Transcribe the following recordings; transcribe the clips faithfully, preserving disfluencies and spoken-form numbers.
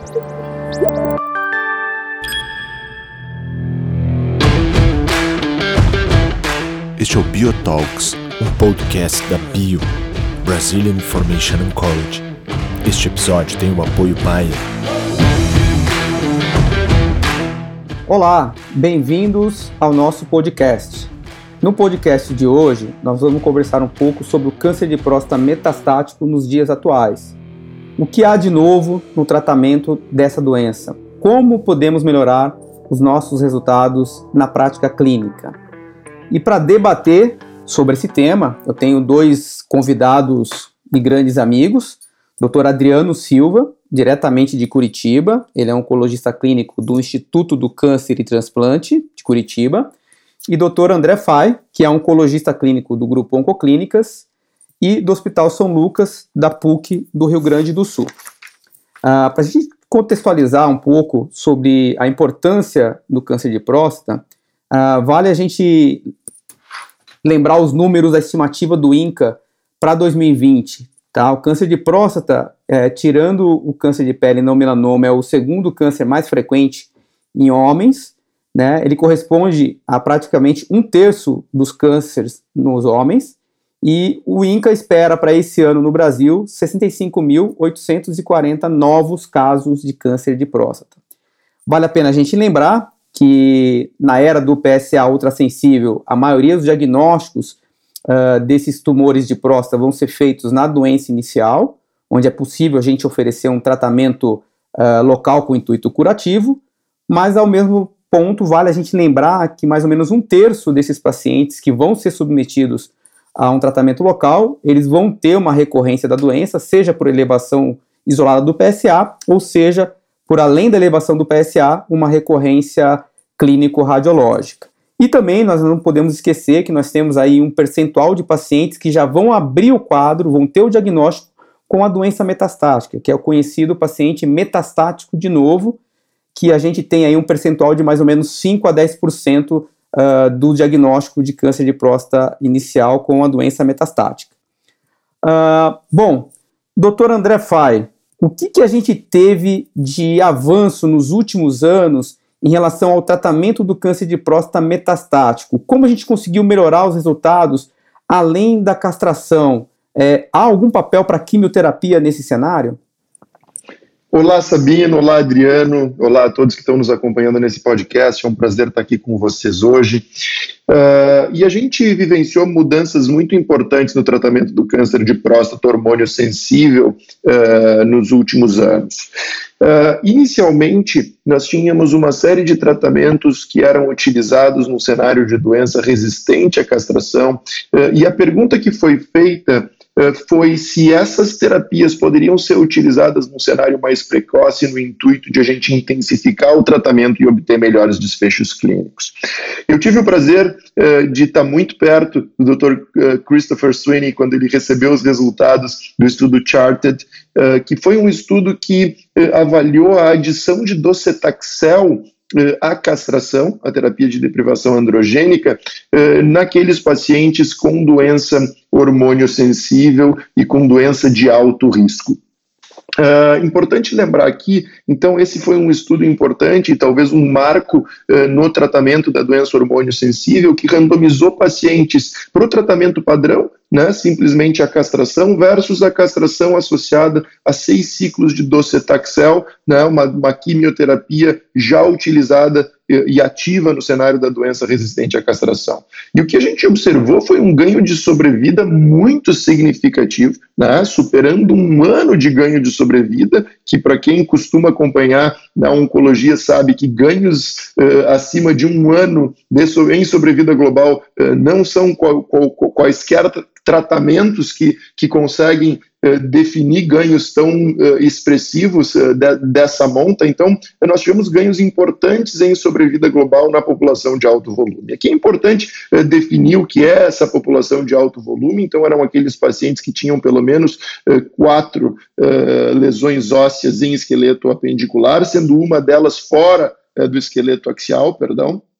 Este é o BioTalks, um podcast da Bio, Brazilian Information Oncology. Este episódio tem o apoio Bayer. Olá, bem-vindos ao nosso podcast. No podcast de hoje, nós vamos conversar um pouco sobre o câncer de próstata metastático nos dias atuais. O que há de novo no tratamento dessa doença? Como podemos melhorar os nossos resultados na prática clínica? E para debater sobre esse tema, eu tenho dois convidados e grandes amigos, doutor Adriano Silva, diretamente de Curitiba, ele é oncologista clínico do Instituto do Câncer e Transplante de Curitiba, e doutor André Fay, que é oncologista clínico do Grupo Oncoclínicas e do Hospital São Lucas, da P U C do Rio Grande do Sul. Ah, para a gente contextualizar um pouco sobre a importância do câncer de próstata, ah, vale a gente lembrar os números da estimativa do INCA para dois mil e vinte. Tá? O câncer de próstata, é, tirando o câncer de pele não melanoma, é o segundo câncer mais frequente em homens, né? Ele corresponde a praticamente um terço dos cânceres nos homens, e o INCA espera para esse ano no Brasil sessenta e cinco mil oitocentos e quarenta novos casos de câncer de próstata. Vale a pena a gente lembrar que na era do P S A ultrassensível, a maioria dos diagnósticos uh, desses tumores de próstata vão ser feitos na doença inicial, onde é possível a gente oferecer um tratamento uh, local com intuito curativo, mas ao mesmo ponto vale a gente lembrar que mais ou menos um terço desses pacientes que vão ser submetidos a um tratamento local, eles vão ter uma recorrência da doença, seja por elevação isolada do P S A, ou seja, por além da elevação do P S A, uma recorrência clínico-radiológica. E também nós não podemos esquecer que nós temos aí um percentual de pacientes que já vão abrir o quadro, vão ter o diagnóstico com a doença metastática, que é o conhecido paciente metastático de novo, que a gente tem aí um percentual de mais ou menos cinco a dez por cento uh, do diagnóstico de câncer de próstata inicial com a doença metastática. Uh, bom, doutor André Fay, o que, que a gente teve de avanço nos últimos anos em relação ao tratamento do câncer de próstata metastático? Como a gente conseguiu melhorar os resultados além da castração? É, há algum papel para quimioterapia nesse cenário? Olá, Sabino, olá, Adriano, olá a todos que estão nos acompanhando nesse podcast, é um prazer estar aqui com vocês hoje. Uh, e a gente vivenciou mudanças muito importantes no tratamento do câncer de próstata hormônio sensível uh, nos últimos anos. Uh, inicialmente, nós tínhamos uma série de tratamentos que eram utilizados no cenário de doença resistente à castração, uh, e a pergunta que foi feita foi se essas terapias poderiam ser utilizadas num cenário mais precoce no intuito de a gente intensificar o tratamento e obter melhores desfechos clínicos. Eu tive o prazer uh, de estar muito perto do doutor Uh, Christopher Sweeney quando ele recebeu os resultados do estudo Charted, uh, que foi um estudo que uh, avaliou a adição de docetaxel a castração, a terapia de deprivação androgênica, eh, naqueles pacientes com doença hormônio sensível e com doença de alto risco. Uh, importante lembrar aqui, então esse foi um estudo importante e talvez um marco uh, no tratamento da doença hormônio sensível que randomizou pacientes para o tratamento padrão, né, simplesmente a castração versus a castração associada a seis ciclos de docetaxel, né, uma, uma quimioterapia já utilizada e ativa no cenário da doença resistente à castração. E o que a gente observou foi um ganho de sobrevida muito significativo, né, superando um ano de ganho de sobrevida, que para quem costuma acompanhar na oncologia sabe que ganhos uh, acima de um ano de so- em sobrevida global uh, não são qual, qual, quaisquer tratamentos que, que conseguem eh, definir ganhos tão eh, expressivos eh, de, dessa monta. Então, nós tivemos ganhos importantes em sobrevida global na população de alto volume. Aqui é importante eh, definir o que é essa população de alto volume. Então, eram aqueles pacientes que tinham pelo menos eh, quatro eh, lesões ósseas em esqueleto apendicular, sendo uma delas fora eh, do esqueleto axial, perdão.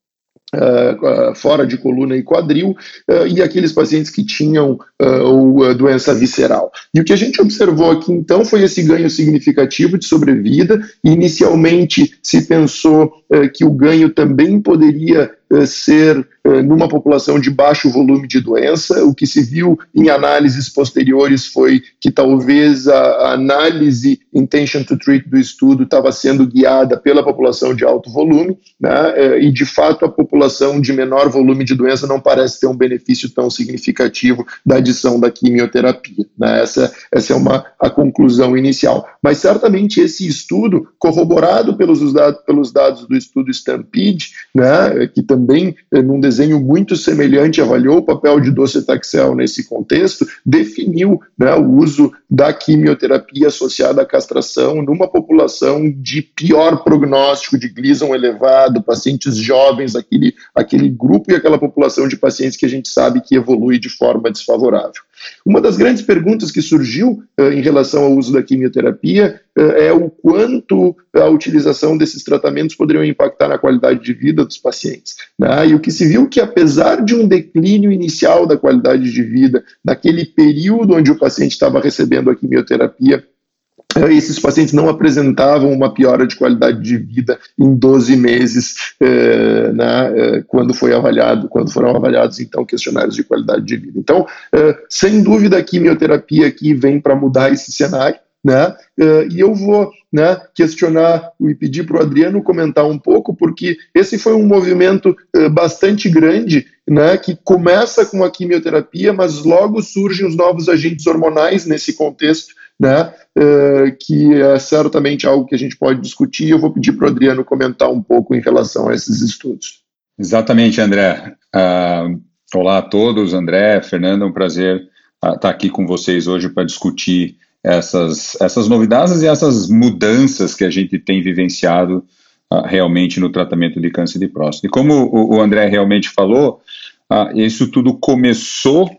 Uh, uh, fora de coluna e quadril, uh, e aqueles pacientes que tinham uh, uh, doença visceral. E o que a gente observou aqui, então, foi esse ganho significativo de sobrevida. Inicialmente se pensou uh, que o ganho também poderia uh, ser uh, numa população de baixo volume de doença. O que se viu em análises posteriores foi que talvez a, a análise intention to treat do estudo estava sendo guiada pela população de alto volume, né, uh, e de fato a população população de menor volume de doença não parece ter um benefício tão significativo da adição da quimioterapia, né? Essa, essa é uma, a conclusão inicial. Mas certamente esse estudo, corroborado pelos dados, pelos dados do estudo Stampede, né, que também, num desenho muito semelhante, avaliou o papel de docetaxel nesse contexto, definiu, né, o uso da quimioterapia associada à castração numa população de pior prognóstico, de Gleason elevado, pacientes jovens, aquele aquele grupo e aquela população de pacientes que a gente sabe que evolui de forma desfavorável. Uma das grandes perguntas que surgiu uh, em relação ao uso da quimioterapia uh, é o quanto a utilização desses tratamentos poderiam impactar na qualidade de vida dos pacientes, né? E o que se viu que, apesar de um declínio inicial da qualidade de vida, naquele período onde o paciente estava recebendo a quimioterapia, esses pacientes não apresentavam uma piora de qualidade de vida em doze meses, eh, né, eh, quando, foi avaliado, quando foram avaliados, então, questionários de qualidade de vida. Então, eh, sem dúvida, a quimioterapia aqui vem para mudar esse cenário, né, eh, e eu vou, né, questionar e pedir para o Adriano comentar um pouco, porque esse foi um movimento eh, bastante grande, né, que começa com a quimioterapia, mas logo surgem os novos agentes hormonais nesse contexto, né, uh, que é certamente algo que a gente pode discutir. Eu vou pedir para o Adriano comentar um pouco em relação a esses estudos. Exatamente, André. Uh, olá a todos, André, Fernando, é um prazer uh, estar aqui com vocês hoje para discutir essas, essas novidades e essas mudanças que a gente tem vivenciado uh, realmente no tratamento de câncer de próstata. E como o, o André realmente falou, uh, isso tudo começou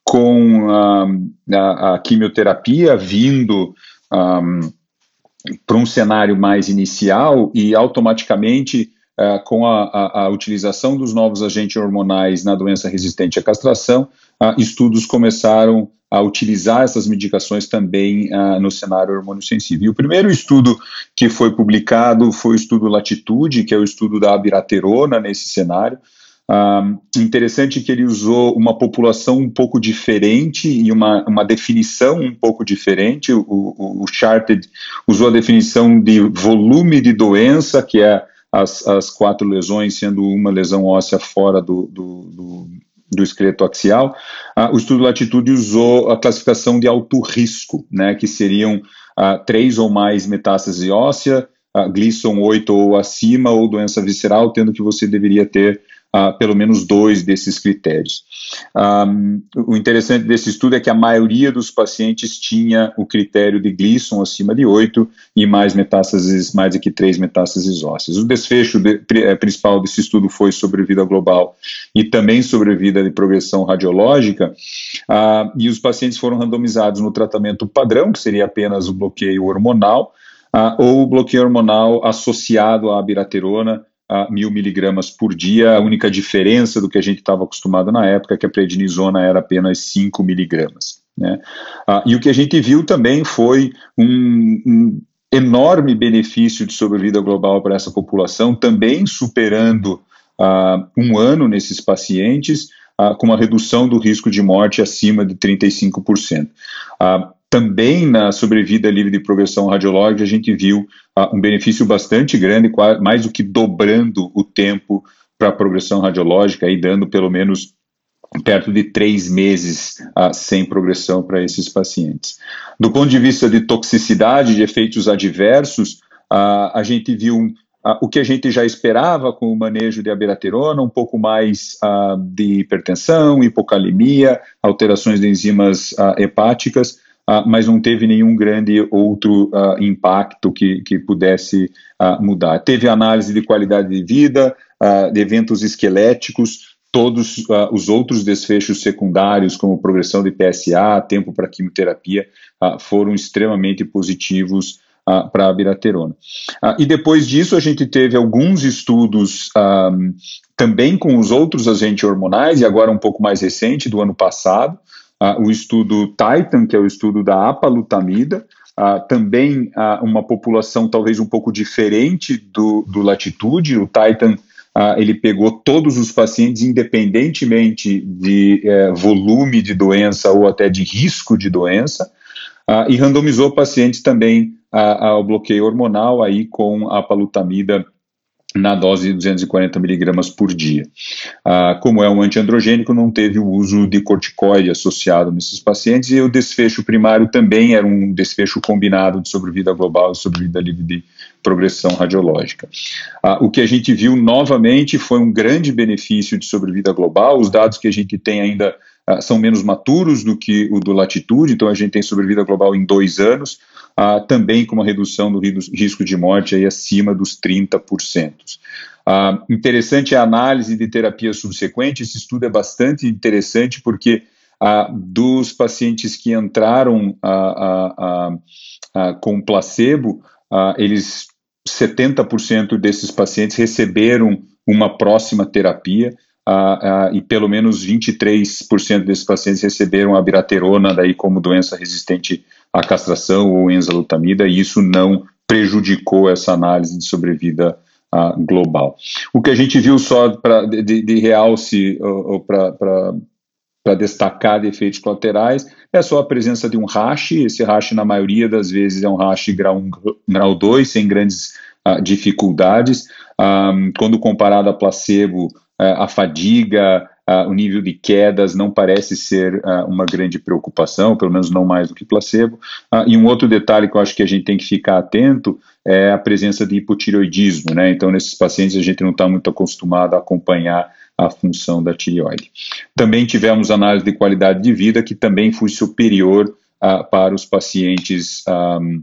com uh, a, a quimioterapia vindo um, para um cenário mais inicial e automaticamente uh, com a, a, a utilização dos novos agentes hormonais na doença resistente à castração, uh, estudos começaram a utilizar essas medicações também uh, no cenário hormonossensível. E o primeiro estudo que foi publicado foi o estudo Latitude, que é o estudo da abiraterona nesse cenário. Um, interessante que ele usou uma população um pouco diferente e uma, uma definição um pouco diferente. O, o, o Charted usou a definição de volume de doença, que é as, as quatro lesões, sendo uma lesão óssea fora do, do, do, do esqueleto axial. Uh, o estudo Latitude usou a classificação de alto risco, né, que seriam uh, três ou mais metástase óssea, uh, Gleason oito ou acima, ou doença visceral, tendo que você deveria ter Uh, pelo menos dois desses critérios. Um, o interessante desse estudo é que a maioria dos pacientes tinha o critério de Gleason acima de oito e mais metástases, mais do que três metástases ósseas. O desfecho de, principal desse estudo foi sobrevida global e também sobrevida de progressão radiológica, uh, e os pacientes foram randomizados no tratamento padrão, que seria apenas o bloqueio hormonal, uh, ou o bloqueio hormonal associado à abiraterona, a mil miligramas por dia. A única diferença do que a gente estava acostumado na época é que a prednisona era apenas cinco miligramas, né? Ah, e o que a gente viu também foi um, um enorme benefício de sobrevida global para essa população, também superando ah, um ano nesses pacientes, ah, com uma redução do risco de morte acima de trinta e cinco por cento. Ah, Também na sobrevida livre de progressão radiológica a gente viu uh, um benefício bastante grande, quase, mais do que dobrando o tempo para a progressão radiológica e dando pelo menos perto de três meses uh, sem progressão para esses pacientes. Do ponto de vista de toxicidade, de efeitos adversos, uh, a gente viu uh, o que a gente já esperava com o manejo de abiraterona, um pouco mais uh, de hipertensão, hipocalemia, alterações de enzimas uh, hepáticas, Uh, mas não teve nenhum grande outro uh, impacto que, que pudesse uh, mudar. Teve análise de qualidade de vida, uh, de eventos esqueléticos, todos uh, os outros desfechos secundários, como progressão de P S A, tempo para quimioterapia, uh, foram extremamente positivos uh, para a abiraterona. Uh, e depois disso a gente teve alguns estudos um, também com os outros agentes hormonais, e agora um pouco mais recente, do ano passado, uh, o estudo Titan, que é o estudo da apalutamida, uh, também uh, uma população talvez um pouco diferente do, do Latitude. O Titan, uh, ele pegou todos os pacientes, independentemente de uh, volume de doença ou até de risco de doença, uh, e randomizou pacientes também uh, ao bloqueio hormonal aí com a apalutamida na dose de duzentos e quarenta miligramas por dia. Ah, como é um antiandrogênico, não teve o uso de corticoide associado nesses pacientes, e o desfecho primário também era um desfecho combinado de sobrevida global e sobrevida livre de progressão radiológica. Ah, o que a gente viu novamente foi um grande benefício de sobrevida global. Os dados que a gente tem ainda ah, são menos maturos do que o do Latitude, então a gente tem sobrevida global em dois anos, Ah, também com uma redução do risco de morte aí acima dos trinta por cento. Ah, interessante a análise de terapia subsequente. Esse estudo é bastante interessante porque ah, dos pacientes que entraram ah, ah, ah, ah, com placebo, ah, eles, setenta por cento desses pacientes receberam uma próxima terapia, Uh, uh, e pelo menos vinte e três por cento desses pacientes receberam a abiraterona daí como doença resistente à castração ou enzalutamida, e isso não prejudicou essa análise de sobrevida uh, global. O que a gente viu só pra, de, de realce uh, uh, para destacar de efeitos colaterais é só a presença de um rash. Esse rash na maioria das vezes é um rash grau um, grau dois, sem grandes uh, dificuldades. Um, quando comparado a placebo, Uh, a fadiga, uh, o nível de quedas não parece ser uh, uma grande preocupação, pelo menos não mais do que placebo. Uh, e um outro detalhe que eu acho que a gente tem que ficar atento é a presença de hipotireoidismo, né? Então, nesses pacientes a gente não está muito acostumado a acompanhar a função da tireoide. Também tivemos análise de qualidade de vida, que também foi superior uh, para os pacientes um,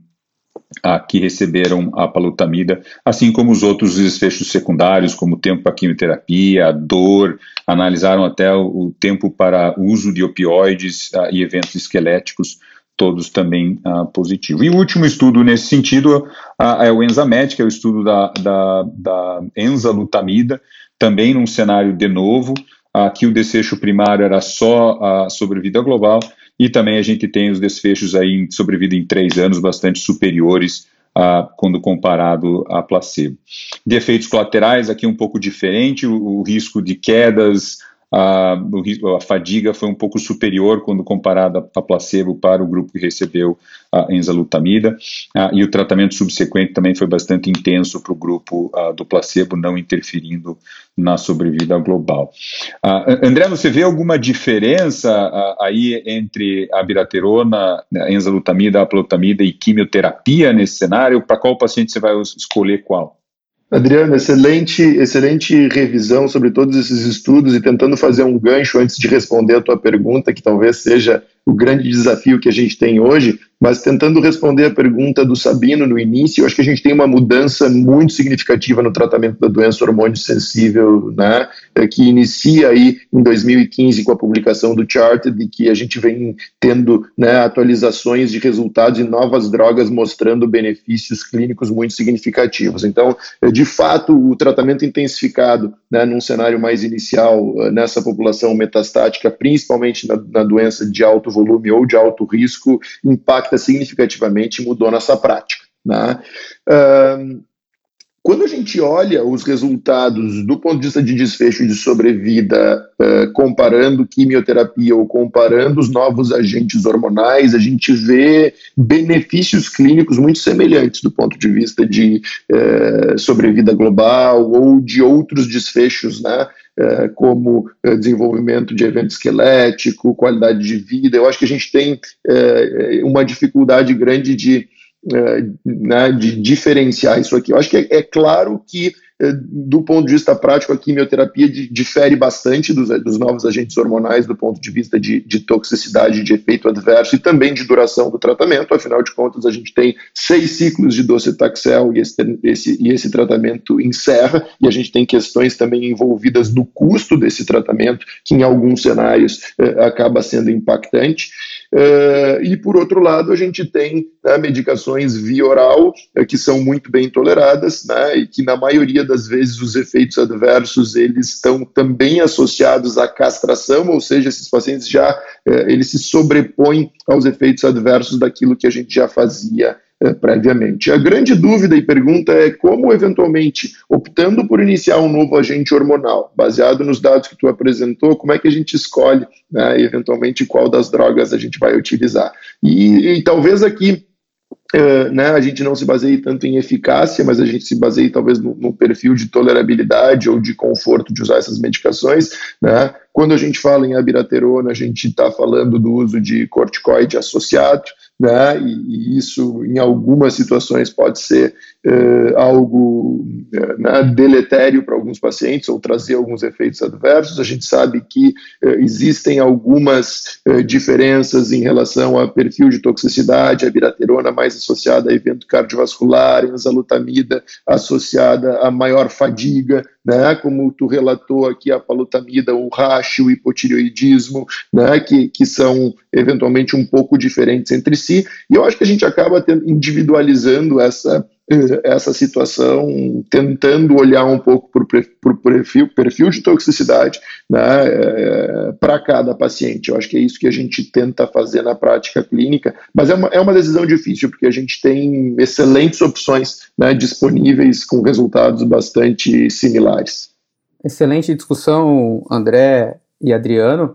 a que receberam a apalutamida, assim como os outros desfechos secundários, como o tempo para quimioterapia, a dor, analisaram até o, o tempo para uso de opioides uh, e eventos esqueléticos, todos também uh, positivos. E o último estudo nesse sentido uh, é o ENZAMET, que é o estudo da, da, da enzalutamida, também num cenário de novo, uh, que o desfecho primário era só a sobrevida global, e também a gente tem os desfechos aí em sobrevida em três anos bastante superiores uh, quando comparado a placebo. De efeitos colaterais, aqui um pouco diferente, o, o risco de quedas, uh, o, a fadiga foi um pouco superior quando comparado a, a placebo para o grupo que recebeu a enzalutamida, uh, e o tratamento subsequente também foi bastante intenso para o grupo uh, do placebo, não interferindo na sobrevida global. Uh, André, você vê alguma diferença uh, aí entre a abiraterona, a enzalutamida, a apalutamida e quimioterapia nesse cenário? Para qual paciente você vai escolher qual? Adriano, excelente, excelente revisão sobre todos esses estudos, e tentando fazer um gancho antes de responder a tua pergunta, que talvez seja o grande desafio que a gente tem hoje, mas tentando responder a pergunta do Sabino no início, eu acho que a gente tem uma mudança muito significativa no tratamento da doença hormônio sensível, né, que inicia aí em dois mil e quinze com a publicação do Charted, e que a gente vem tendo, né, atualizações de resultados e novas drogas mostrando benefícios clínicos muito significativos. Então, de fato, o tratamento intensificado, né, num cenário mais inicial, nessa população metastática, principalmente na, na doença de alto volume ou de alto risco, impacta significativamente e mudou nossa prática, né? Um, Quando a gente olha os resultados do ponto de vista de desfecho de sobrevida, uh, comparando quimioterapia ou comparando os novos agentes hormonais, a gente vê benefícios clínicos muito semelhantes do ponto de vista de uh, sobrevida global ou de outros desfechos, né? Uh, como uh, desenvolvimento de evento esquelético, qualidade de vida. Eu acho que a gente tem uh, uma dificuldade grande de Uh, né, de diferenciar isso aqui. Eu acho que é, é claro que, uh, do ponto de vista prático, a quimioterapia di, difere bastante dos, dos novos agentes hormonais do ponto de vista de, de toxicidade, de efeito adverso e também de duração do tratamento. Afinal de contas, a gente tem seis ciclos de docetaxel e esse, esse, e esse tratamento encerra, e a gente tem questões também envolvidas no custo desse tratamento, que em alguns cenários uh, acaba sendo impactante. Uh, e, por outro lado, a gente tem, né, medicações via oral, uh, que são muito bem toleradas, né, e que, na maioria das vezes, os efeitos adversos eles estão também associados à castração, ou seja, esses pacientes já uh, eles se sobrepõem aos efeitos adversos daquilo que a gente já fazia uh, previamente. A grande dúvida e pergunta é como, eventualmente, optando por iniciar um novo agente hormonal, baseado nos dados que tu apresentou, como é que a gente escolhe, né, eventualmente, qual das drogas a gente vai utilizar. E, e talvez aqui Uh, né, a gente não se baseie tanto em eficácia, mas a gente se baseie talvez no, no perfil de tolerabilidade ou de conforto de usar essas medicações, né? Quando a gente fala em abiraterona, a gente está falando do uso de corticoide associado, né? E, e isso em algumas situações pode ser uh, algo uh, né, deletério para alguns pacientes ou trazer alguns efeitos adversos. A gente sabe que uh, existem algumas uh, diferenças em relação a perfil de toxicidade, a abiraterona mais associada a evento cardiovascular, enzalutamida associada a maior fadiga, né, como tu relatou aqui, a palutamida, o rash, o hipotireoidismo, né, que, que são eventualmente um pouco diferentes entre si, e eu acho que a gente acaba tendo, individualizando essa, essa situação, tentando olhar um pouco para o perfil, perfil de toxicidade, né, é, para cada paciente. Eu acho que é isso que a gente tenta fazer na prática clínica, mas é uma, é uma decisão difícil, porque a gente tem excelentes opções, né, disponíveis com resultados bastante similares. Excelente discussão, André e Adriano.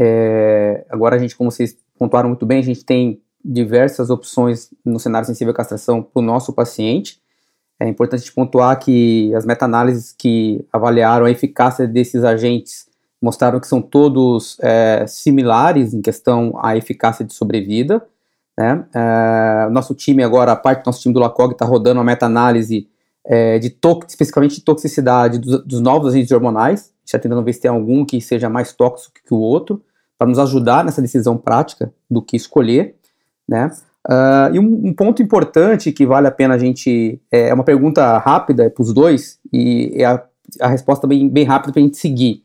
É, agora a gente, como vocês pontuaram muito bem, a gente tem diversas opções no cenário sensível à castração para o nosso paciente. É importante pontuar que as meta-análises que avaliaram a eficácia desses agentes mostraram que são todos é, similares em questão à eficácia de sobrevida, né? É, nosso time agora, a parte do nosso time do LACOG está rodando uma meta-análise é, de to- especificamente de toxicidade dos, dos novos agentes hormonais. A gente está tentando ver se tem algum que seja mais tóxico que o outro, para nos ajudar nessa decisão prática do que escolher, né? Uh, e um, um ponto importante que vale a pena a gente... É uma pergunta rápida para os dois, e é a, a resposta bem, bem rápida para a gente seguir.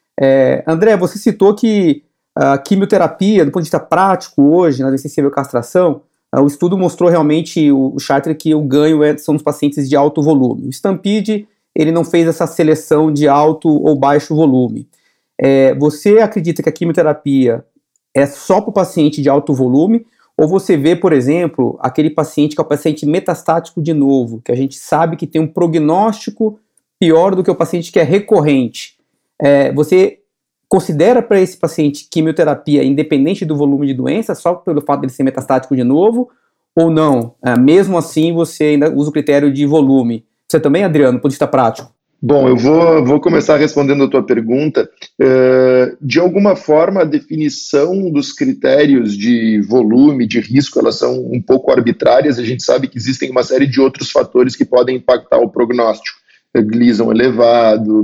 É, André, você citou que a quimioterapia, do ponto de vista prático hoje, na doença sensível à castração, uh, o estudo mostrou realmente, o, o Charter, que o ganho é, são dos pacientes de alto volume. O Stampede, ele não fez essa seleção de alto ou baixo volume. É, você acredita que a quimioterapia é só para o paciente de alto volume, ou você vê, por exemplo, aquele paciente que é o paciente metastático de novo, que a gente sabe que tem um prognóstico pior do que o paciente que é recorrente? É, você considera para esse paciente quimioterapia independente do volume de doença, só pelo fato dele ser metastático de novo, ou não? É, mesmo assim, você ainda usa o critério de volume. Você também, Adriano, do ponto de vista prático? Bom, eu vou, vou começar respondendo a tua pergunta. Uh, de alguma forma, a definição dos critérios de volume, de risco, elas são um pouco arbitrárias. A gente sabe que existem uma série de outros fatores que podem impactar o prognóstico. Gleason elevado,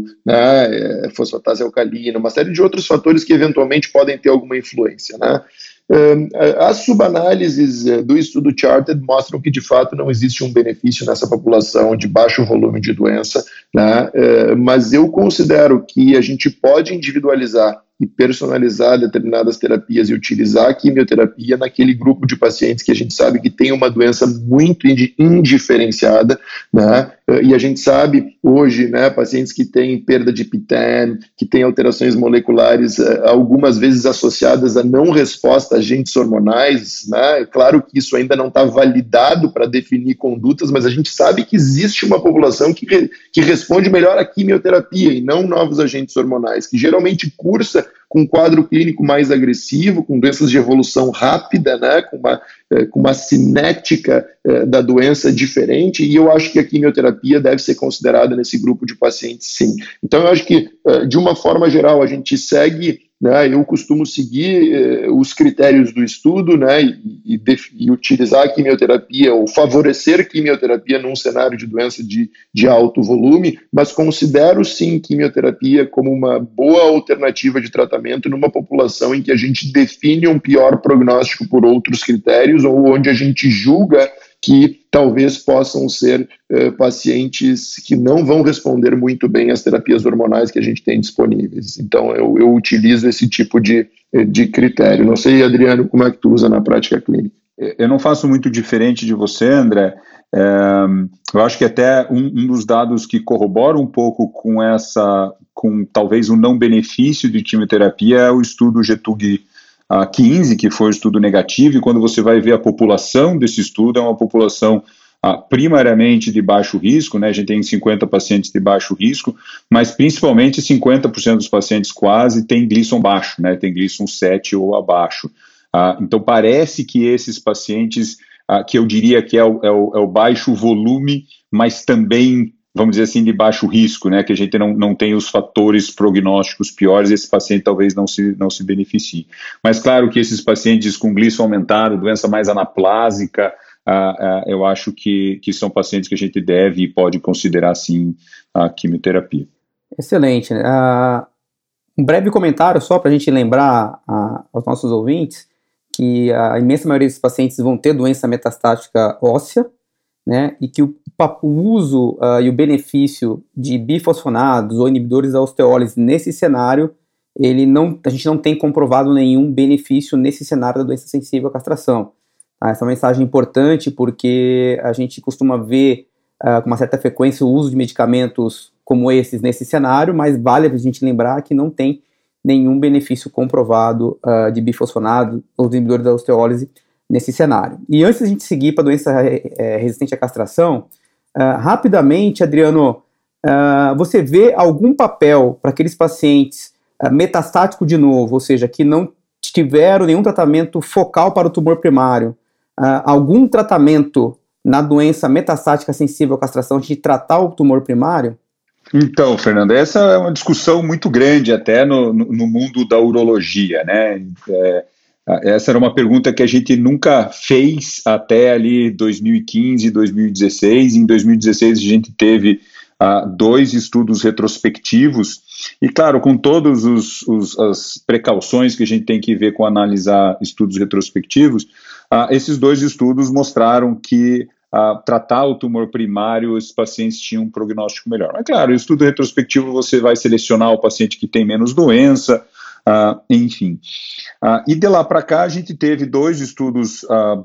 né, fosfatase alcalina, uma série de outros fatores que eventualmente podem ter alguma influência, né? Uh, as subanálises uh, do estudo Charted mostram que de fato não existe um benefício nessa população de baixo volume de doença, né? Uh, mas eu considero que a gente pode individualizar e personalizar determinadas terapias e utilizar a quimioterapia naquele grupo de pacientes que a gente sabe que tem uma doença muito indiferenciada, né? E a gente sabe hoje, né, pacientes que têm perda de P ten, que têm alterações moleculares, algumas vezes associadas a não resposta a agentes hormonais, né? Claro que isso ainda não está validado para definir condutas, mas a gente sabe que existe uma população que, re, que responde melhor à quimioterapia e não novos agentes hormonais, que geralmente cursa com um quadro clínico mais agressivo, com doenças de evolução rápida, né, com uma, eh, com uma cinética eh, da doença diferente, e eu acho que a quimioterapia deve ser considerada nesse grupo de pacientes, sim. Então, eu acho que, eh, de uma forma geral, a gente segue, né, eu costumo seguir eh, os critérios do estudo, né, e, e, def, e utilizar a quimioterapia, ou favorecer quimioterapia num cenário de doença de, de alto volume, mas considero, sim, quimioterapia como uma boa alternativa de tratamento numa população em que a gente define um pior prognóstico por outros critérios, ou onde a gente julga que talvez possam ser uh, pacientes que não vão responder muito bem às terapias hormonais que a gente tem disponíveis. Então, eu, eu utilizo esse tipo de, de critério. Não sei, Adriano, como é que tu usa na prática clínica? Eu não faço muito diferente de você, André. É, eu acho que até um, um dos dados que corrobora um pouco com essa, com talvez o não benefício de quimioterapia é o estudo G T U G quinze, que foi um estudo negativo, e quando você vai ver a população desse estudo, é uma população ah, primariamente de baixo risco, né? A gente tem cinquenta pacientes de baixo risco, mas principalmente cinquenta por cento dos pacientes quase tem Gleason baixo, né? Tem Gleason sete ou abaixo. Ah, então parece que esses pacientes, ah, que eu diria que é o, é, o, é o baixo volume, mas também, vamos dizer assim, de baixo risco, né, que a gente não, não tem os fatores prognósticos piores, esse paciente talvez não se, não se beneficie. Mas claro que esses pacientes com Gleason aumentado, doença mais anaplásica, uh, uh, eu acho que, que são pacientes que a gente deve e pode considerar, sim, a quimioterapia. Excelente. Uh, um breve comentário só para a gente lembrar uh, aos nossos ouvintes que a imensa maioria desses pacientes vão ter doença metastática óssea, né, e que o, o uso uh, e o benefício de bifosfonados ou inibidores da osteólise nesse cenário, ele não, a gente não tem comprovado nenhum benefício nesse cenário da doença sensível à castração. Tá? Essa é uma mensagem importante porque a gente costuma ver uh, com uma certa frequência o uso de medicamentos como esses nesse cenário, mas vale a gente lembrar que não tem nenhum benefício comprovado uh, de bifosfonado ou de inibidores da osteólise nesse cenário. E antes de a gente seguir para a doença é, resistente à castração, uh, rapidamente, Adriano, uh, você vê algum papel para aqueles pacientes uh, metastáticos de novo, ou seja, que não tiveram nenhum tratamento focal para o tumor primário, uh, algum tratamento na doença metastática sensível à castração de tratar o tumor primário? Então, Fernando, essa é uma discussão muito grande até no, no, no mundo da urologia, né? É, essa era uma pergunta que a gente nunca fez até ali dois mil e quinze, dois mil e dezesseis. Em dois mil e dezesseis a gente teve uh, dois estudos retrospectivos e, claro, com todas as precauções que a gente tem que ver com analisar estudos retrospectivos, uh, esses dois estudos mostraram que uh, tratar o tumor primário, os pacientes tinham um prognóstico melhor. Mas, claro, o estudo retrospectivo você vai selecionar o paciente que tem menos doença, Uh, enfim, uh, e de lá para cá a gente teve dois estudos uh,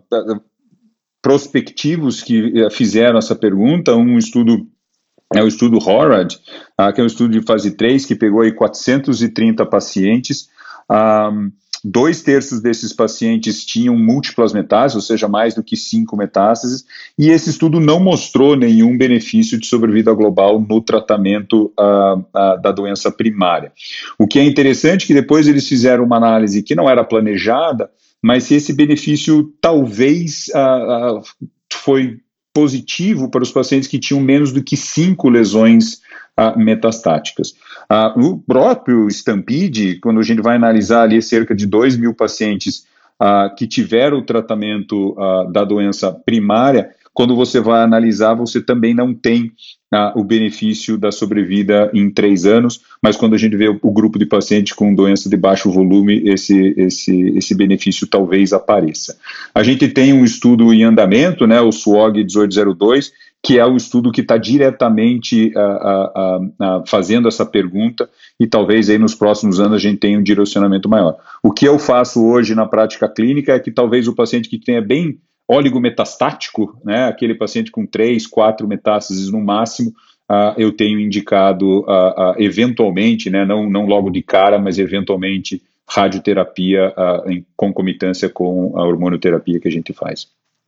prospectivos que uh, fizeram essa pergunta. Um estudo é o estudo HORAD, uh, que é um estudo de fase três que pegou aí quatrocentos e trinta pacientes. Um, Dois terços desses pacientes tinham múltiplas metástases, ou seja, mais do que cinco metástases, e esse estudo não mostrou nenhum benefício de sobrevida global no tratamento uh, uh, da doença primária. O que é interessante é que depois eles fizeram uma análise que não era planejada, mas se esse benefício talvez uh, uh, foi positivo para os pacientes que tinham menos do que cinco lesões uh, metastáticas. Uh, o próprio Stampede, quando a gente vai analisar ali cerca de dois mil pacientes uh, que tiveram o tratamento uh, da doença primária, quando você vai analisar, você também não tem uh, o benefício da sobrevida em três anos, mas quando a gente vê o, o grupo de pacientes com doença de baixo volume, esse, esse, esse benefício talvez apareça. A gente tem um estudo em andamento, né, o S W O G dezoito zero dois, que é o estudo que está diretamente uh, uh, uh, fazendo essa pergunta, e talvez aí nos próximos anos a gente tenha um direcionamento maior. O que eu faço hoje na prática clínica é que talvez o paciente que tenha bem oligometastático, né, aquele paciente com três, quatro metástases no máximo, uh, eu tenho indicado uh, uh, eventualmente, né, não, não logo de cara, mas eventualmente radioterapia uh, em concomitância com a hormonioterapia que a gente faz.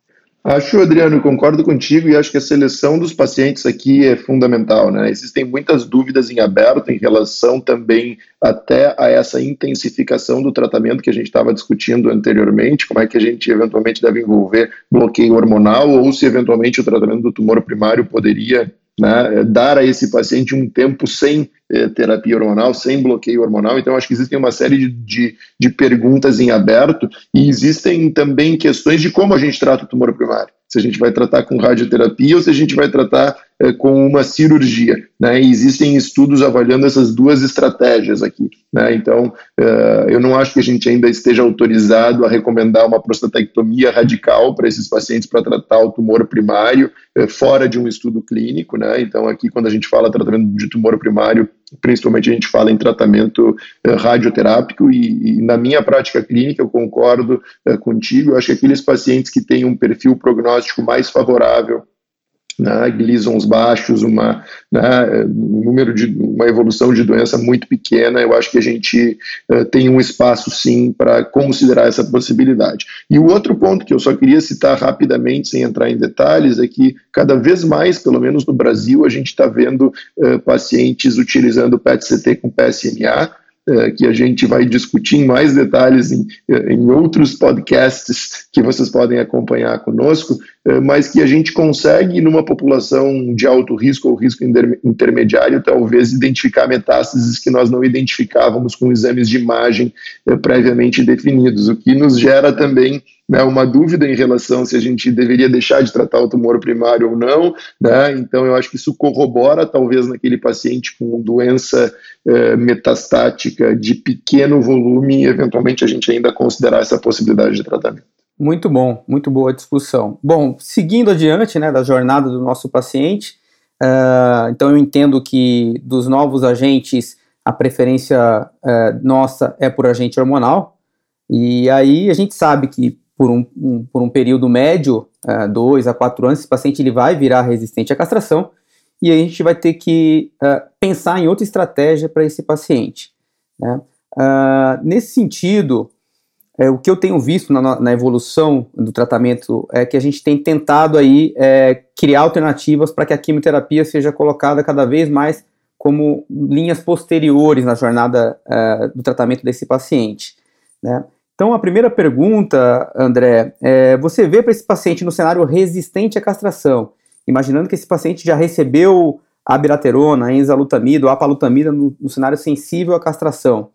Acho, Adriano, concordo contigo e acho que a seleção dos pacientes aqui é fundamental, né? Existem muitas dúvidas em aberto em relação também até a essa intensificação do tratamento que a gente estava discutindo anteriormente, como é que a gente eventualmente deve envolver bloqueio hormonal ou se eventualmente o tratamento do tumor primário poderia, né, dar a esse paciente um tempo sem eh, terapia hormonal, sem bloqueio hormonal. Então acho que existem uma série de, de, de perguntas em aberto e existem também questões de como a gente trata o tumor primário, se a gente vai tratar com radioterapia ou se a gente vai tratar eh, com uma cirurgia, né? E existem estudos avaliando essas duas estratégias aqui, né? Então, eh, eu não acho que a gente ainda esteja autorizado a recomendar uma prostatectomia radical para esses pacientes para tratar o tumor primário, eh, fora de um estudo clínico, né? Então, aqui, quando a gente fala tratamento de tumor primário, principalmente a gente fala em tratamento eh, radioterápico e, e na minha prática clínica eu concordo eh, contigo, eu acho que aqueles pacientes que têm um perfil prognóstico mais favorável, né, glisons baixos, uma, né, um número de uma evolução de doença muito pequena, eu acho que a gente uh, tem um espaço sim para considerar essa possibilidade. E o outro ponto que eu só queria citar rapidamente, sem entrar em detalhes, é que cada vez mais, pelo menos no Brasil, a gente está vendo uh, pacientes utilizando P E T C T com P S M A, que a gente vai discutir em mais detalhes em, em outros podcasts que vocês podem acompanhar conosco, mas que a gente consegue, numa população de alto risco ou risco intermediário, talvez identificar metástases que nós não identificávamos com exames de imagem previamente definidos, o que nos gera também, né, uma dúvida em relação se a gente deveria deixar de tratar o tumor primário ou não, né? Então eu acho que isso corrobora talvez naquele paciente com doença eh, metastática de pequeno volume e eventualmente a gente ainda considerar essa possibilidade de tratamento. Muito bom, muito boa discussão. Bom, seguindo adiante, né, da jornada do nosso paciente, uh, então eu entendo que dos novos agentes a preferência uh, nossa é por agente hormonal, e aí a gente sabe que por um, um, por um período médio, uh, dois a quatro anos, esse paciente ele vai virar resistente à castração, e aí a gente vai ter que uh, pensar em outra estratégia para esse paciente, né? Uh, nesse sentido, é, o que eu tenho visto na, na evolução do tratamento é que a gente tem tentado aí, é, criar alternativas para que a quimioterapia seja colocada cada vez mais como linhas posteriores na jornada uh, do tratamento desse paciente, né? Então, a primeira pergunta, André, é, você vê para esse paciente no cenário resistente à castração, imaginando que esse paciente já recebeu a abiraterona, a enzalutamida ou a apalutamida no, no cenário sensível à castração.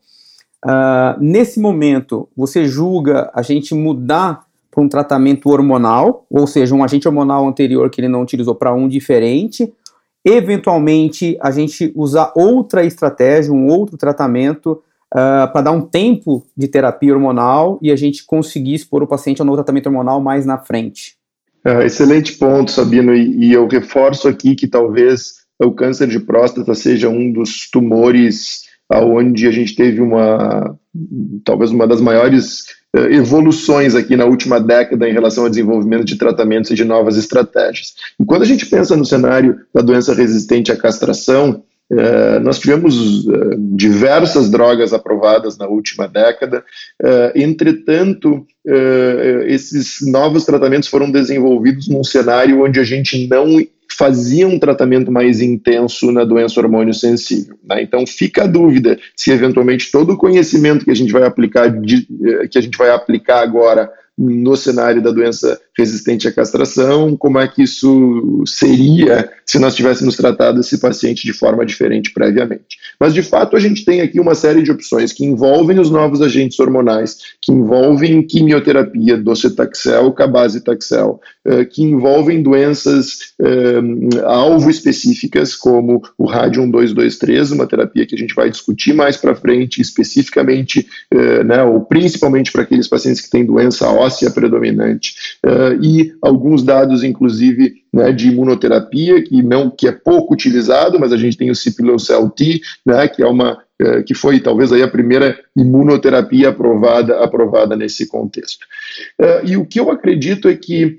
Uh, nesse momento, você julga a gente mudar para um tratamento hormonal, ou seja, um agente hormonal anterior que ele não utilizou para um diferente, eventualmente a gente usar outra estratégia, um outro tratamento, Uh, para dar um tempo de terapia hormonal e a gente conseguir expor o paciente ao novo tratamento hormonal mais na frente? Uh, excelente ponto, Sabino, e, e eu reforço aqui que talvez o câncer de próstata seja um dos tumores onde a gente teve uma, talvez uma das maiores uh, evoluções aqui na última década em relação ao desenvolvimento de tratamentos e de novas estratégias. E quando a gente pensa no cenário da doença resistente à castração, Uh, nós tivemos uh, diversas drogas aprovadas na última década, uh, entretanto, uh, esses novos tratamentos foram desenvolvidos num cenário onde a gente não fazia um tratamento mais intenso na doença hormônio sensível, né? Então fica a dúvida se eventualmente todo o conhecimento que a gente vai aplicar, de, uh, que a gente vai aplicar agora no cenário da doença resistente à castração, como é que isso seria se nós tivéssemos tratado esse paciente de forma diferente previamente. Mas, de fato, a gente tem aqui uma série de opções que envolvem os novos agentes hormonais, que envolvem quimioterapia, docetaxel, cabazitaxel, que envolvem doenças eh, alvo específicas, como o rádio dois dois três, uma terapia que a gente vai discutir mais para frente, especificamente, eh, né, ou principalmente para aqueles pacientes que têm doença óssea predominante, eh, e alguns dados, inclusive, né, de imunoterapia, que, não, que é pouco utilizado, mas a gente tem o Cipilocel T, né, que é uma que foi talvez aí a primeira imunoterapia aprovada, aprovada nesse contexto. Uh, e o que eu acredito é que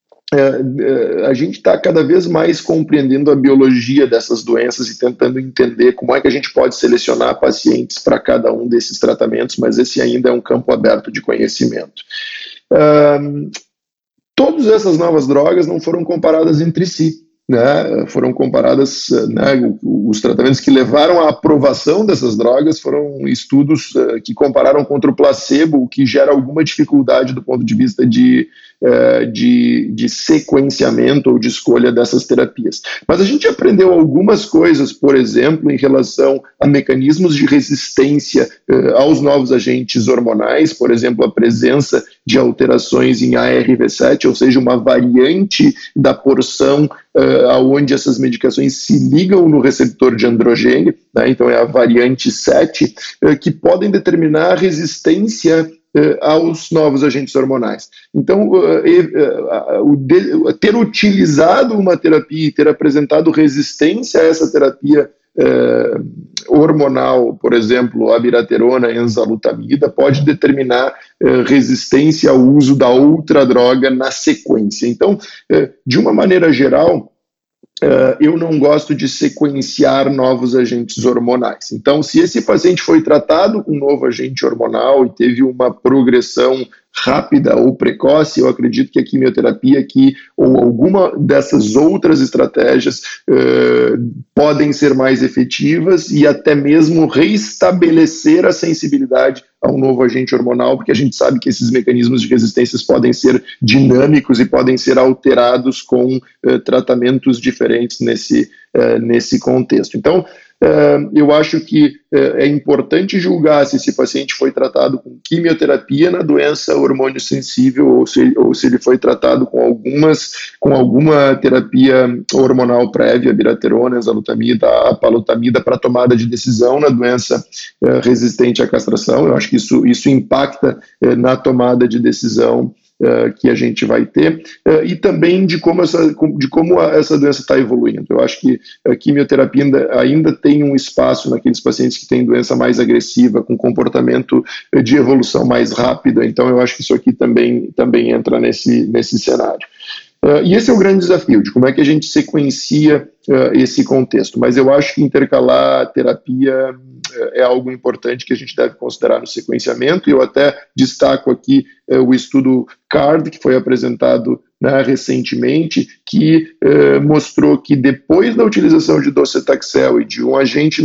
uh, uh, a gente está cada vez mais compreendendo a biologia dessas doenças e tentando entender como é que a gente pode selecionar pacientes para cada um desses tratamentos, mas esse ainda é um campo aberto de conhecimento. Uh, todas essas novas drogas não foram comparadas entre si. Né, foram comparadas, né, os tratamentos que levaram à aprovação dessas drogas foram estudos uh, que compararam contra o placebo, o que gera alguma dificuldade do ponto de vista de uh, de, de sequenciamento ou de escolha dessas terapias. Mas a gente aprendeu algumas coisas, por exemplo, em relação a mecanismos de resistência uh, aos novos agentes hormonais, por exemplo, a presença de alterações em A R V sete, ou seja, uma variante da porção uh, aonde essas medicações se ligam no receptor de androgênio, né? Então é a variante sete, uh, que podem determinar a resistência uh, aos novos agentes hormonais. Então, uh, uh, uh, uh, de, ter utilizado uma terapia e ter apresentado resistência a essa terapia Uh, hormonal, por exemplo, a abiraterona e enzalutamida, pode determinar uh, resistência ao uso da outra droga na sequência. Então, uh, de uma maneira geral, Uh, eu não gosto de sequenciar novos agentes hormonais. Então, se esse paciente foi tratado com um novo agente hormonal e teve uma progressão rápida ou precoce, eu acredito que a quimioterapia aqui, ou alguma dessas outras estratégias, uh, podem ser mais efetivas e até mesmo reestabelecer a sensibilidade a um novo agente hormonal, porque a gente sabe que esses mecanismos de resistências podem ser dinâmicos e podem ser alterados com uh, tratamentos diferentes nesse, uh, nesse contexto. Então, uh, eu acho que uh, é importante julgar se esse paciente foi tratado com quimioterapia na doença hormônio sensível ou se, ou se ele foi tratado com, algumas, com alguma terapia hormonal prévia, abiraterona, enzalutamida, apalutamida, para tomada de decisão na doença uh, resistente à castração. Eu acho que isso, isso impacta uh, na tomada de decisão Uh, que a gente vai ter, uh, e também de como essa, de como a, essa doença está evoluindo. Eu acho que a quimioterapia ainda, ainda tem um espaço naqueles pacientes que têm doença mais agressiva, com comportamento de evolução mais rápida, então eu acho que isso aqui também, também entra nesse, nesse cenário. Uh, e esse é o grande desafio, de como é que a gente sequencia uh, esse contexto, mas eu acho que intercalar a terapia uh, é algo importante que a gente deve considerar no sequenciamento, e eu até destaco aqui uh, o estudo CARD, que foi apresentado, né, recentemente, que uh, mostrou que depois da utilização de docetaxel e de um agente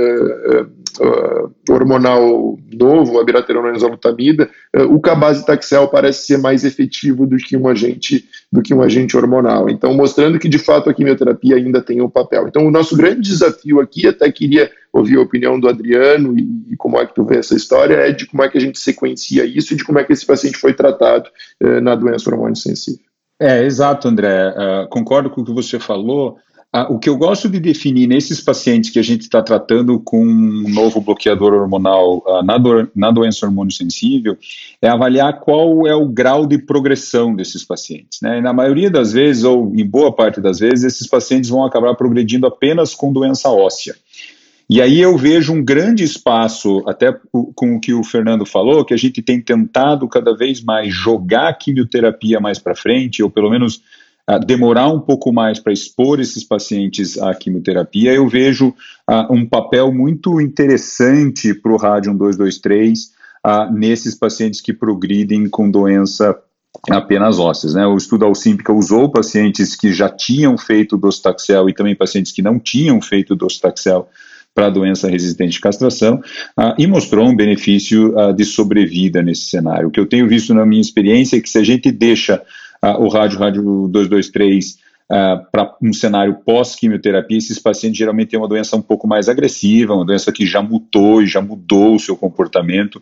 uh, uh, Uh, hormonal novo, a abiraterona enzalutamida, uh, o cabazitaxel parece ser mais efetivo do que um agente do que um agente hormonal. Então, mostrando que de fato a quimioterapia ainda tem um papel. Então, o nosso grande desafio aqui, até queria ouvir a opinião do Adriano e, e como é que tu vê essa história, é de como é que a gente sequencia isso e de como é que esse paciente foi tratado uh, na doença hormônio sensível. É, exato, André. Uh, concordo com o que você falou. Ah, o que eu gosto de definir nesses pacientes que a gente está tratando com um novo bloqueador hormonal ah, na, do, na doença hormônio sensível é avaliar qual é o grau de progressão desses pacientes, né? E na maioria das vezes, ou em boa parte das vezes, esses pacientes vão acabar progredindo apenas com doença óssea. E aí eu vejo um grande espaço, até com o que o Fernando falou, que a gente tem tentado cada vez mais jogar a quimioterapia mais para frente, ou pelo menos Uh, demorar um pouco mais para expor esses pacientes à quimioterapia. Eu vejo uh, um papel muito interessante para o Radium dois dois três uh, nesses pacientes que progridem com doença apenas ósseas, né? O estudo Alcímpica usou pacientes que já tinham feito docetaxel e também pacientes que não tinham feito docetaxel para doença resistente de castração, uh, e mostrou um benefício uh, de sobrevida nesse cenário. O que eu tenho visto na minha experiência é que se a gente deixa Uh, o rádio, rádio dois dois três uh, para um cenário pós-quimioterapia, esses pacientes geralmente têm uma doença um pouco mais agressiva, uma doença que já mutou e já mudou o seu comportamento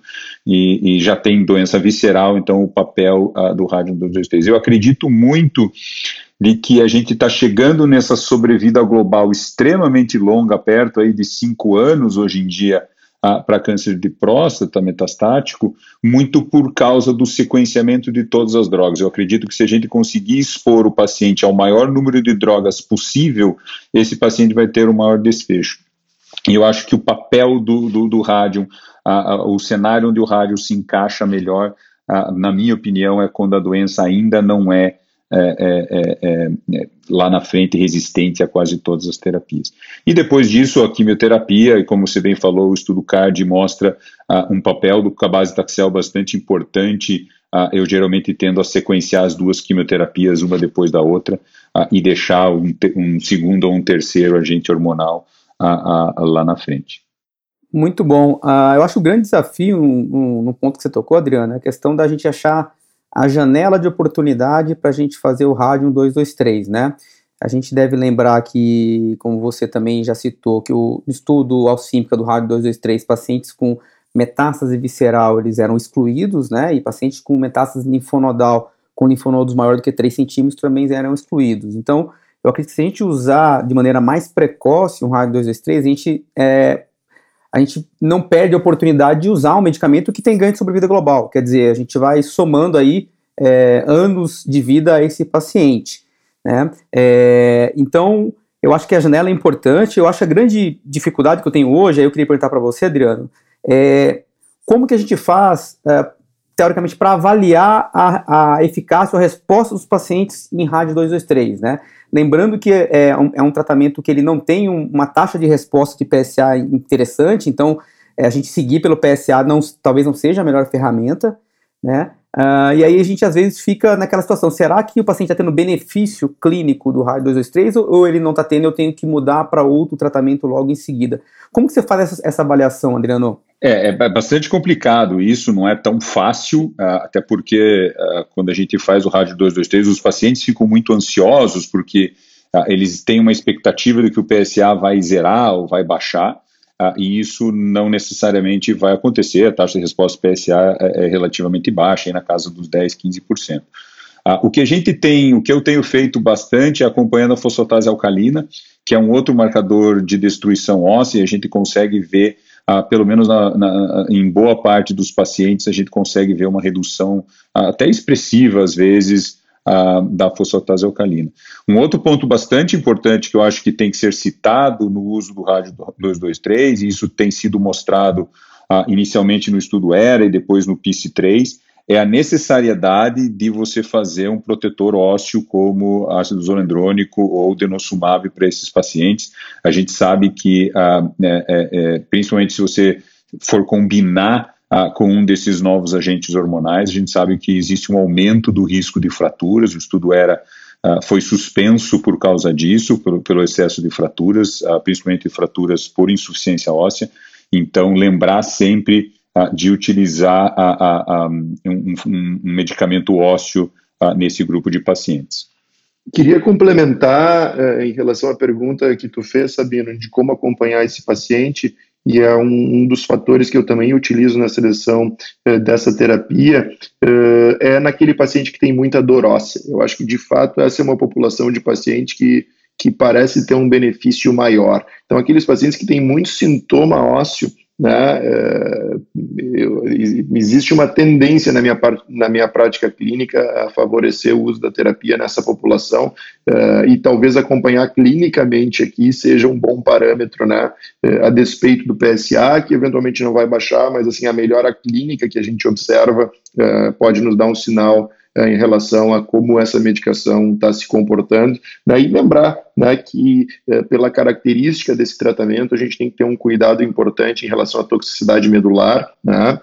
e, e já tem doença visceral, então o papel uh, do rádio dois dois três. Eu acredito muito de que a gente está chegando nessa sobrevida global extremamente longa, perto aí de cinco anos hoje em dia, Uh, para câncer de próstata metastático, muito por causa do sequenciamento de todas as drogas. Eu acredito que se a gente conseguir expor o paciente ao maior número de drogas possível, esse paciente vai ter o maior desfecho. E eu acho que o papel do, do, do rádio, uh, uh, o cenário onde o rádio se encaixa melhor, uh, na minha opinião, é quando a doença ainda não é É, é, é, é, lá na frente resistente a quase todas as terapias. E depois disso, a quimioterapia, e como você bem falou, o estudo CARD mostra uh, um papel do cabazitaxel bastante importante. Uh, eu geralmente tendo a sequenciar as duas quimioterapias, uma depois da outra, uh, e deixar um, um segundo ou um terceiro agente hormonal uh, uh, lá na frente. Muito bom. Uh, eu acho o grande desafio, no, no ponto que você tocou, Adriano, é a questão da gente achar a janela de oportunidade para a gente fazer o rádio um dois dois três, né? A gente deve lembrar que, como você também já citou, que o estudo alcímpica do rádio dois dois três, pacientes com metástase visceral, eles eram excluídos, né? E pacientes com metástase linfonodal, com linfonodos maior do que três centímetros, também eram excluídos. Então, eu acredito que se a gente usar de maneira mais precoce um rádio dois dois três, a gente, é, a gente não perde a oportunidade de usar um medicamento que tem ganho de sobrevida global. Quer dizer, a gente vai somando aí é, anos de vida a esse paciente, né? É, então, eu acho que a janela é importante. Eu acho que a grande dificuldade que eu tenho hoje, aí eu queria perguntar para você, Adriano, é como que a gente faz, é, teoricamente, para avaliar a, a eficácia ou a resposta dos pacientes em rádio dois dois três, né? Lembrando que é um, é um tratamento que ele não tem um, uma taxa de resposta de P S A interessante, então é, a gente seguir pelo P S A não, talvez não seja a melhor ferramenta, né? Uh, e aí a gente às vezes fica naquela situação, será que o paciente está tendo benefício clínico do rádio dois dois três ou, ou ele não está tendo, eu tenho que mudar para outro tratamento logo em seguida? Como que você faz essa, essa avaliação, Adriano? É, é bastante complicado isso, não é tão fácil, uh, até porque uh, quando a gente faz o rádio dois dois três, os pacientes ficam muito ansiosos porque uh, eles têm uma expectativa de que o P S A vai zerar ou vai baixar, uh, e isso não necessariamente vai acontecer. A taxa de resposta do P S A é, é relativamente baixa, aí na casa dos dez, quinze por cento. Uh, o que a gente tem, o que eu tenho feito bastante é acompanhando a fosfatase alcalina, que é um outro marcador de destruição óssea, e a gente consegue ver, uh, pelo menos na, na, em boa parte dos pacientes, a gente consegue ver uma redução uh, até expressiva, às vezes, uh, da fosfatase alcalina. Um outro ponto bastante importante que eu acho que tem que ser citado no uso do rádio dois dois três, e isso tem sido mostrado uh, inicialmente no estudo ERA e depois no P I C três, é a necessariedade de você fazer um protetor ósseo como ácido zoledrônico ou denosumab para esses pacientes. A gente sabe que, ah, é, é, principalmente se você for combinar ah, com um desses novos agentes hormonais, a gente sabe que existe um aumento do risco de fraturas. O estudo era, ah, foi suspenso por causa disso, pelo, pelo excesso de fraturas, ah, principalmente fraturas por insuficiência óssea. Então, lembrar sempre de utilizar a, a, a, um, um, um medicamento ósseo a, nesse grupo de pacientes. Queria complementar uh, em relação à pergunta que tu fez, Sabino, de como acompanhar esse paciente, e é um, um dos fatores que eu também utilizo na seleção uh, dessa terapia, uh, é naquele paciente que tem muita dor óssea. Eu acho que, de fato, essa é uma população de paciente que, que parece ter um benefício maior. Então, aqueles pacientes que têm muito sintoma ósseo, né, é, eu, existe uma tendência na minha, na minha prática clínica a favorecer o uso da terapia nessa população, é, e talvez acompanhar clinicamente aqui seja um bom parâmetro, né, é, a despeito do P S A, que eventualmente não vai baixar, mas assim, a melhora clínica que a gente observa é, pode nos dar um sinal em relação a como essa medicação está se comportando, né, e lembrar, né, que eh, pela característica desse tratamento a gente tem que ter um cuidado importante em relação à toxicidade medular, né,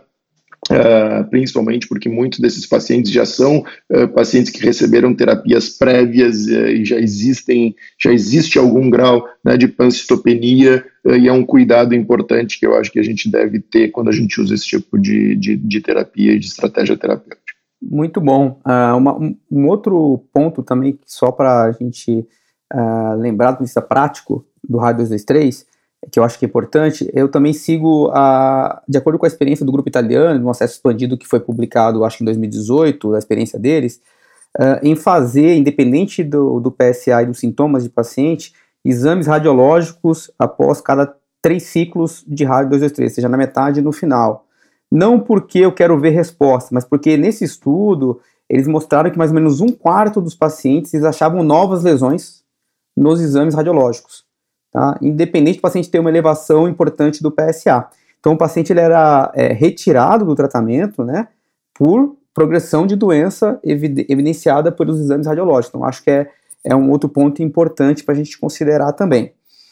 Uh, principalmente porque muitos desses pacientes já são uh, pacientes que receberam terapias prévias uh, e já existem, já existe algum grau, né, de pancitopenia, uh, e é um cuidado importante que eu acho que a gente deve ter quando a gente usa esse tipo de, de, de terapia e de estratégia terapêutica. Muito bom. Uh, uma, um, um outro ponto também, só para a gente uh, lembrar do vista prático do rádio dois dois três, que eu acho que é importante, eu também sigo, a, de acordo com a experiência do grupo italiano, no acesso expandido que foi publicado, acho que em dois mil e dezoito, a experiência deles, uh, em fazer, independente do, do P S A e dos sintomas de paciente, exames radiológicos após cada três ciclos de rádio dois dois três, seja na metade e no final. Não porque eu quero ver resposta, mas porque nesse estudo eles mostraram que mais ou menos um quarto dos pacientes eles achavam novas lesões nos exames radiológicos, tá? Independente do paciente ter uma elevação importante do P S A. Então o paciente ele era é, retirado do tratamento, né, por progressão de doença evid- evidenciada pelos exames radiológicos. Então acho que é, é um outro ponto importante para a gente considerar também.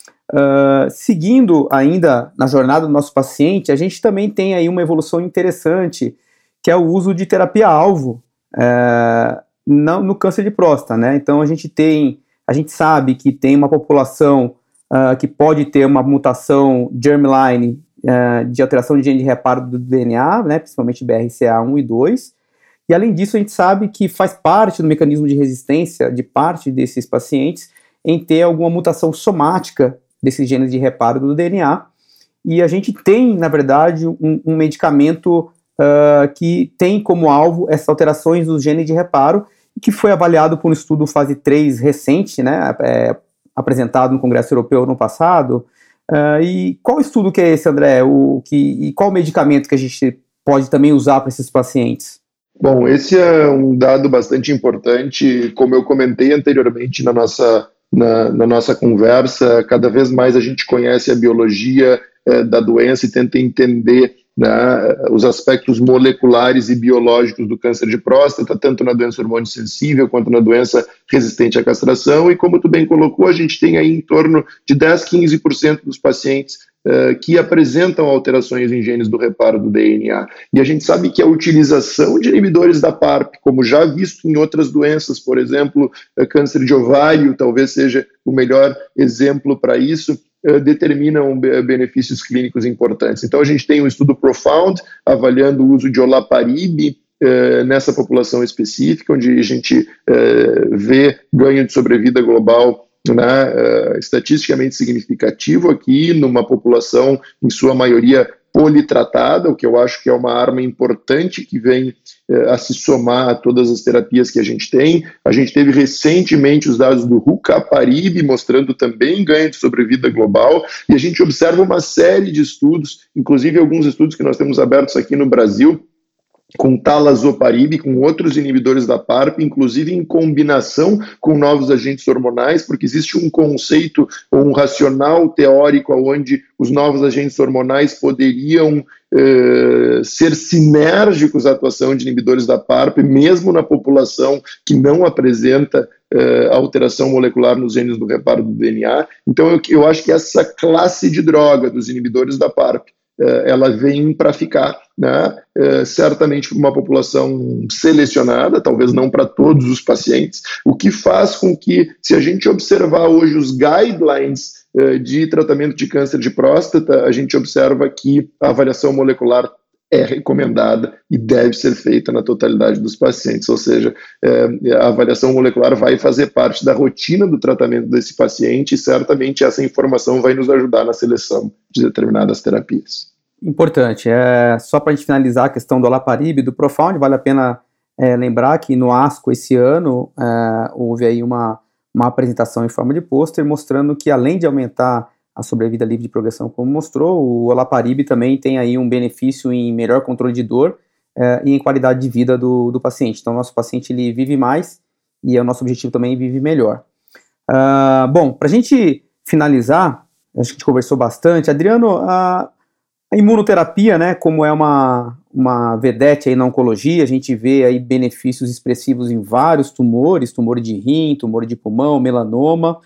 Uh, seguindo ainda na jornada do nosso paciente, a gente também tem aí uma evolução interessante, que é o uso de terapia-alvo uh, no, no câncer de próstata, né? Então a gente tem, a gente sabe que tem uma população uh, que pode ter uma mutação germline uh, de alteração de gene de reparo do D N A, né? Principalmente B R C A um e dois, E além disso, a gente sabe que faz parte do mecanismo de resistência de parte desses pacientes em ter alguma mutação somática desses genes de reparo do D N A. E a gente tem, na verdade, um, um medicamento uh, que tem como alvo essas alterações dos genes de reparo, que foi avaliado por um estudo fase três recente, né, é, apresentado no Congresso Europeu no passado. Uh, e qual estudo que é esse, André? O, que, e qual medicamento que a gente pode também usar para esses pacientes? Bom, esse é um dado bastante importante. Como eu comentei anteriormente na nossa, na, na nossa conversa, cada vez mais a gente conhece a biologia eh, da doença e tenta entender, né, os aspectos moleculares e biológicos do câncer de próstata, tanto na doença hormônio sensível quanto na doença resistente à castração, e como tu bem colocou, a gente tem aí em torno de dez, quinze por cento dos pacientes uh, que apresentam alterações em genes do reparo do D N A. E a gente sabe que a utilização de inibidores da P A R P, como já visto em outras doenças, por exemplo, uh, câncer de ovário, talvez seja o melhor exemplo para isso, determinam benefícios clínicos importantes. Então, a gente tem um estudo Profound, avaliando o uso de olaparib eh, nessa população específica, onde a gente eh, vê ganho de sobrevida global, né, eh, estatisticamente significativo aqui, numa população, em sua maioria, politratada, o que eu acho que é uma arma importante que vem eh, a se somar a todas as terapias que a gente tem. A gente teve recentemente os dados do rucaparib, mostrando também ganho de sobrevida global, e a gente observa uma série de estudos, inclusive alguns estudos que nós temos abertos aqui no Brasil, com talazoparib, com outros inibidores da P A R P, inclusive em combinação com novos agentes hormonais, porque existe um conceito ou um racional teórico onde os novos agentes hormonais poderiam eh, ser sinérgicos à atuação de inibidores da P A R P, mesmo na população que não apresenta eh, alteração molecular nos genes do reparo do D N A. Então eu, eu acho que essa classe de droga dos inibidores da P A R P, ela vem para ficar, né? É, certamente para uma população selecionada, talvez não para todos os pacientes, o que faz com que, se a gente observar hoje os guidelines é, de tratamento de câncer de próstata, a gente observa que a avaliação molecular é recomendada e deve ser feita na totalidade dos pacientes, ou seja, é, a avaliação molecular vai fazer parte da rotina do tratamento desse paciente e certamente essa informação vai nos ajudar na seleção de determinadas terapias. Importante. É, só para a gente finalizar a questão do olaparib, do Profound, vale a pena é, lembrar que no ASCO esse ano é, houve aí uma, uma apresentação em forma de pôster mostrando que, além de aumentar a sobrevida livre de progressão, como mostrou, o olaparib também tem aí um benefício em melhor controle de dor é, e em qualidade de vida do, do paciente. Então, o nosso paciente ele vive mais e é o nosso objetivo também vive melhor. Uh, bom, para a gente finalizar, acho que a gente conversou bastante. Adriano, a, a imunoterapia, né, como é uma, uma vedete aí na oncologia, a gente vê aí benefícios expressivos em vários tumores, tumor de rim, tumor de pulmão, melanoma.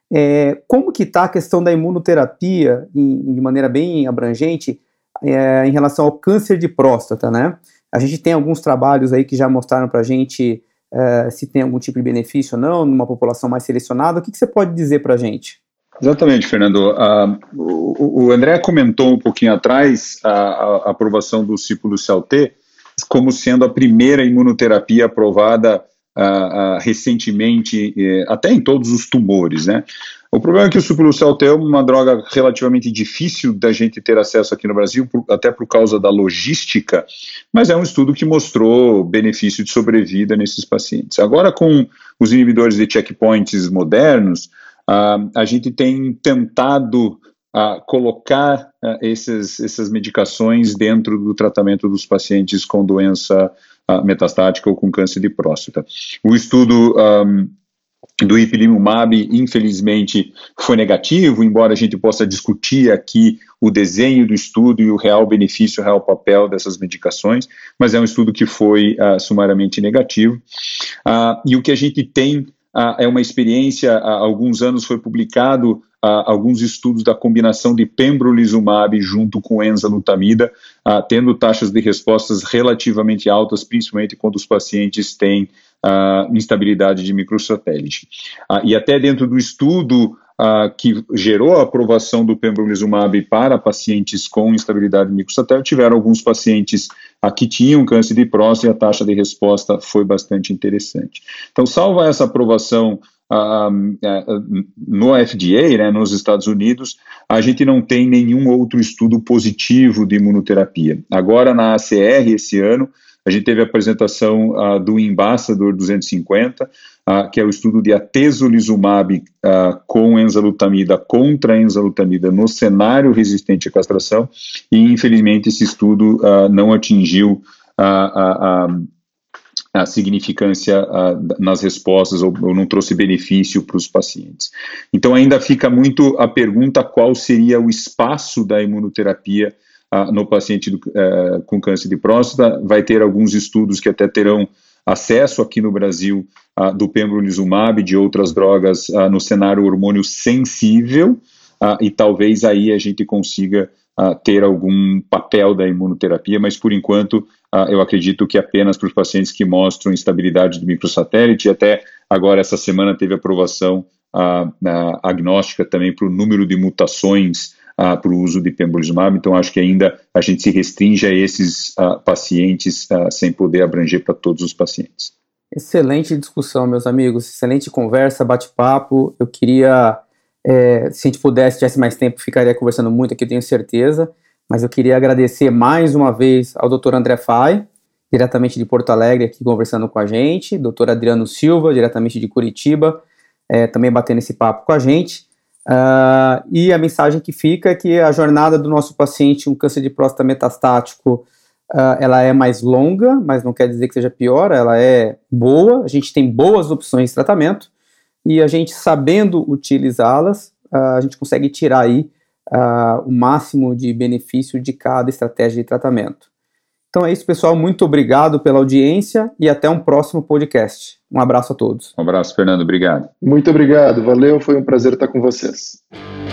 É, como que está a questão da imunoterapia, em, de maneira bem abrangente, é, em relação ao câncer de próstata, né? A gente tem alguns trabalhos aí que já mostraram para a gente é, se tem algum tipo de benefício ou não, numa população mais selecionada. O que, que você pode dizer para a gente? Exatamente, Fernando. Uh, o, o André comentou um pouquinho atrás a, a aprovação do Cipulus-C A L T como sendo a primeira imunoterapia aprovada Uh, uh, recentemente, uh, até em todos os tumores, né? O problema é que o Cipulus-C A L T é uma droga relativamente difícil da gente ter acesso aqui no Brasil, por, até por causa da logística, mas é um estudo que mostrou benefício de sobrevida nesses pacientes. Agora, com os inibidores de checkpoints modernos, uh, a gente tem tentado uh, colocar uh, esses, essas medicações dentro do tratamento dos pacientes com doença Uh, metastática ou com câncer de próstata. O estudo um, do ipilimumab, infelizmente, foi negativo, embora a gente possa discutir aqui o desenho do estudo e o real benefício, o real papel dessas medicações, mas é um estudo que foi uh, sumariamente negativo. Uh, e o que a gente tem uh, é uma experiência, há alguns anos foi publicado Uh, alguns estudos da combinação de pembrolizumab junto com enzalutamida, uh, tendo taxas de respostas relativamente altas, principalmente quando os pacientes têm uh, instabilidade de microsatélite. Uh, e até dentro do estudo, uh, que gerou a aprovação do pembrolizumab para pacientes com instabilidade microsatélite. Tiveram alguns pacientes uh, que tinham câncer de próstata e a taxa de resposta foi bastante interessante. Então, salvo essa aprovação uh, uh, no F D A, né, nos Estados Unidos, a gente não tem nenhum outro estudo positivo de imunoterapia. Agora, na A C R, esse ano, a gente teve a apresentação uh, do Ambassador duzentos e cinquenta, uh, que é o estudo de atezolizumab uh, com enzalutamida contra enzalutamida no cenário resistente à castração, e infelizmente esse estudo uh, não atingiu a, a, a, a significância uh, nas respostas ou, ou não trouxe benefício para os pacientes. Então ainda fica muito a pergunta qual seria o espaço da imunoterapia Uh, no paciente do, uh, com câncer de próstata. Vai ter alguns estudos que até terão acesso aqui no Brasil uh, do pembrolizumab, de outras drogas uh, no cenário hormônio sensível, uh, e talvez aí a gente consiga uh, ter algum papel da imunoterapia, mas por enquanto uh, eu acredito que apenas para os pacientes que mostram instabilidade do microsatélite, e até agora essa semana teve aprovação uh, uh, agnóstica também para o número de mutações Uh, para o uso de pembrolizumab. Então acho que ainda a gente se restringe a esses uh, pacientes uh, sem poder abranger para todos os pacientes. Excelente discussão, meus amigos, excelente conversa, bate-papo. Eu queria, é, se a gente pudesse, tivesse mais tempo, ficaria conversando muito aqui, eu tenho certeza, mas eu queria agradecer mais uma vez ao doutor André Fay, diretamente de Porto Alegre, aqui conversando com a gente, doutor Adriano Silva, diretamente de Curitiba, é, também batendo esse papo com a gente. Uh, e a mensagem que fica é que a jornada do nosso paciente com câncer de próstata metastático, uh, ela é mais longa, mas não quer dizer que seja pior, ela é boa, a gente tem boas opções de tratamento, e a gente sabendo utilizá-las, uh, a gente consegue tirar aí uh, o máximo de benefício de cada estratégia de tratamento. Então é isso, pessoal, muito obrigado pela audiência e até um próximo podcast. Um abraço a todos. Um abraço, Fernando, obrigado. Muito obrigado, valeu, foi um prazer estar com vocês.